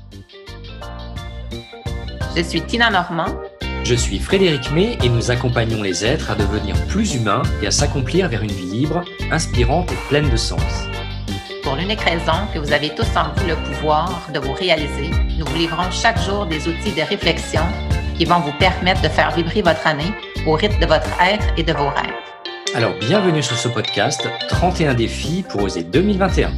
Je suis Tina Normand. Je suis Frédéric May et nous accompagnons les êtres à devenir plus humains et à s'accomplir vers une vie libre, inspirante et pleine de sens. Pour l'unique raison que vous avez tous en vous le pouvoir de vous réaliser, nous vous livrons chaque jour des outils de réflexion qui vont vous permettre de faire vibrer votre année au rythme de votre être et de vos rêves. Alors bienvenue sur ce podcast 31 défis pour oser 2021.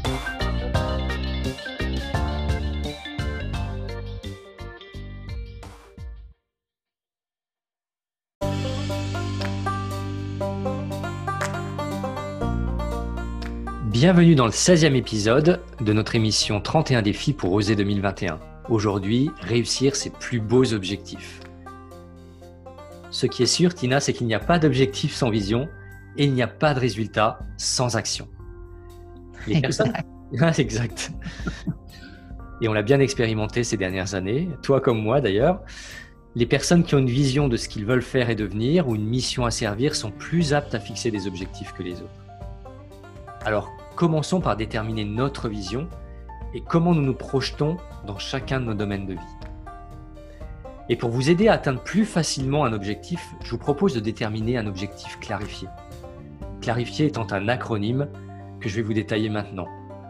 Bienvenue dans le 16e épisode de notre émission 31 défis pour oser 2021. Aujourd'hui, réussir ses plus beaux objectifs. Ce qui est sûr, Tina, c'est qu'il n'y a pas d'objectif sans vision et il n'y a pas de résultat sans action. Les personnes... Exact. Et on l'a bien expérimenté ces dernières années, toi comme moi d'ailleurs. Les personnes qui ont une vision de ce qu'ils veulent faire et devenir ou une mission à servir sont plus aptes à fixer des objectifs que les autres. Alors, commençons par déterminer notre vision et comment nous nous projetons dans chacun de nos domaines de vie. Et pour vous aider à atteindre plus facilement un objectif, je vous propose de déterminer un objectif clarifié. Clarifié étant un acronyme que je vais vous détailler maintenant.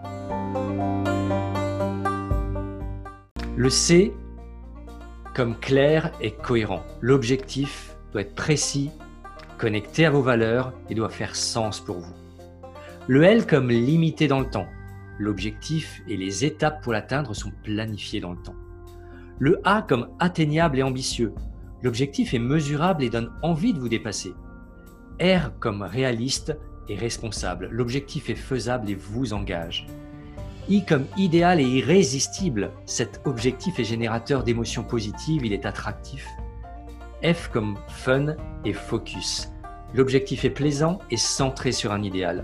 Le C comme clair et cohérent. L'objectif doit être précis, connecté à vos valeurs et doit faire sens pour vous. Le L comme limité dans le temps. L'objectif et les étapes pour l'atteindre sont planifiés dans le temps. Le A comme atteignable et ambitieux. L'objectif est mesurable et donne envie de vous dépasser. R comme réaliste et responsable. L'objectif est faisable et vous engage. I comme idéal et irrésistible. Cet objectif est générateur d'émotions positives, il est attractif. F comme fun et focus. L'objectif est plaisant et centré sur un idéal.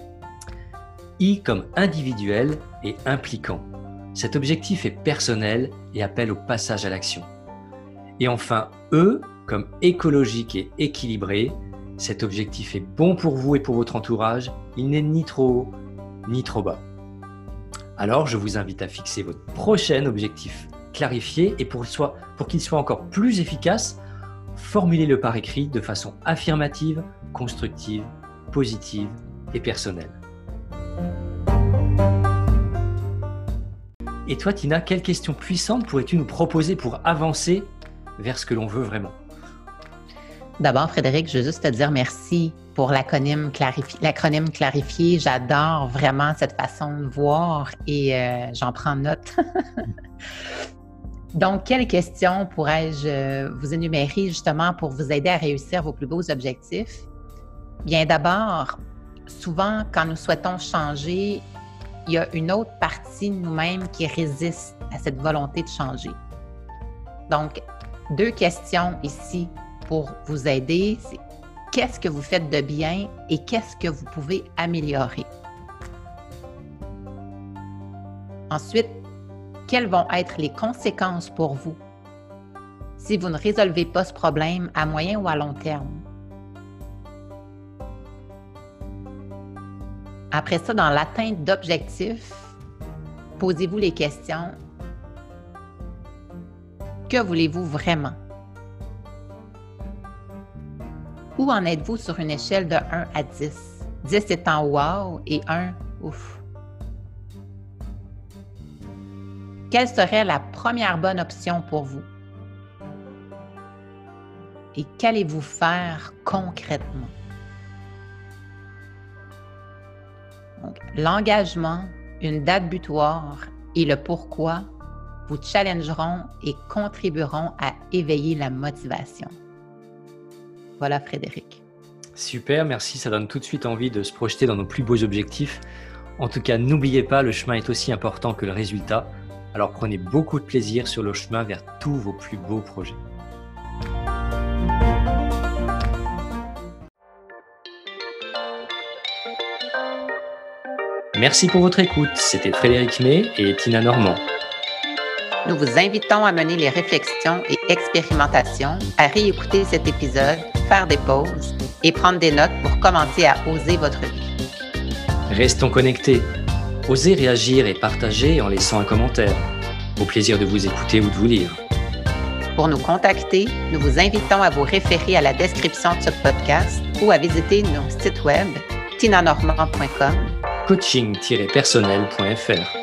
I comme individuel et impliquant. Cet objectif est personnel et appelle au passage à l'action. Et enfin, E comme écologique et équilibré. Cet objectif est bon pour vous et pour votre entourage. Il n'est ni trop haut ni trop bas. Alors, je vous invite à fixer votre prochain objectif clarifié et pour qu'il soit encore plus efficace, formulez-le par écrit de façon affirmative, constructive, positive et personnelle. Et toi, Tina, quelle question puissante pourrais-tu nous proposer pour avancer vers ce que l'on veut vraiment? D'abord, Frédéric, je veux juste te dire merci pour l'acronyme clarifié. J'adore vraiment cette façon de voir et j'en prends note. Donc, quelles questions pourrais-je vous énumérer justement pour vous aider à réussir vos plus beaux objectifs? Bien, d'abord, souvent, quand nous souhaitons changer, il y a une autre partie de nous-mêmes qui résiste à cette volonté de changer. Donc, 2 questions ici pour vous aider, c'est qu'est-ce que vous faites de bien et qu'est-ce que vous pouvez améliorer? Ensuite, quelles vont être les conséquences pour vous si vous ne résolvez pas ce problème à moyen ou à long terme? Après ça, dans l'atteinte d'objectifs, posez-vous les questions. Que voulez-vous vraiment? Où en êtes-vous sur une échelle de 1 à 10? 10 étant wow et 1 ouf. Quelle serait la première bonne option pour vous? Et qu'allez-vous faire concrètement? Donc, l'engagement, une date butoir et le pourquoi vous challengeront et contribueront à éveiller la motivation. Voilà, Frédéric. Super, merci. Ça donne tout de suite envie de se projeter dans nos plus beaux objectifs. En tout cas, n'oubliez pas, le chemin est aussi important que le résultat. Alors prenez beaucoup de plaisir sur le chemin vers tous vos plus beaux projets. Merci pour votre écoute. C'était Frédéric May et Tina Normand. Nous vous invitons à mener les réflexions et expérimentations, à réécouter cet épisode, faire des pauses et prendre des notes pour commencer à oser votre vie. Restons connectés. Osez réagir et partager en laissant un commentaire. Au plaisir de vous écouter ou de vous lire. Pour nous contacter, nous vous invitons à vous référer à la description de ce podcast ou à visiter nos sites web tinanormand.com, coaching-personnel.fr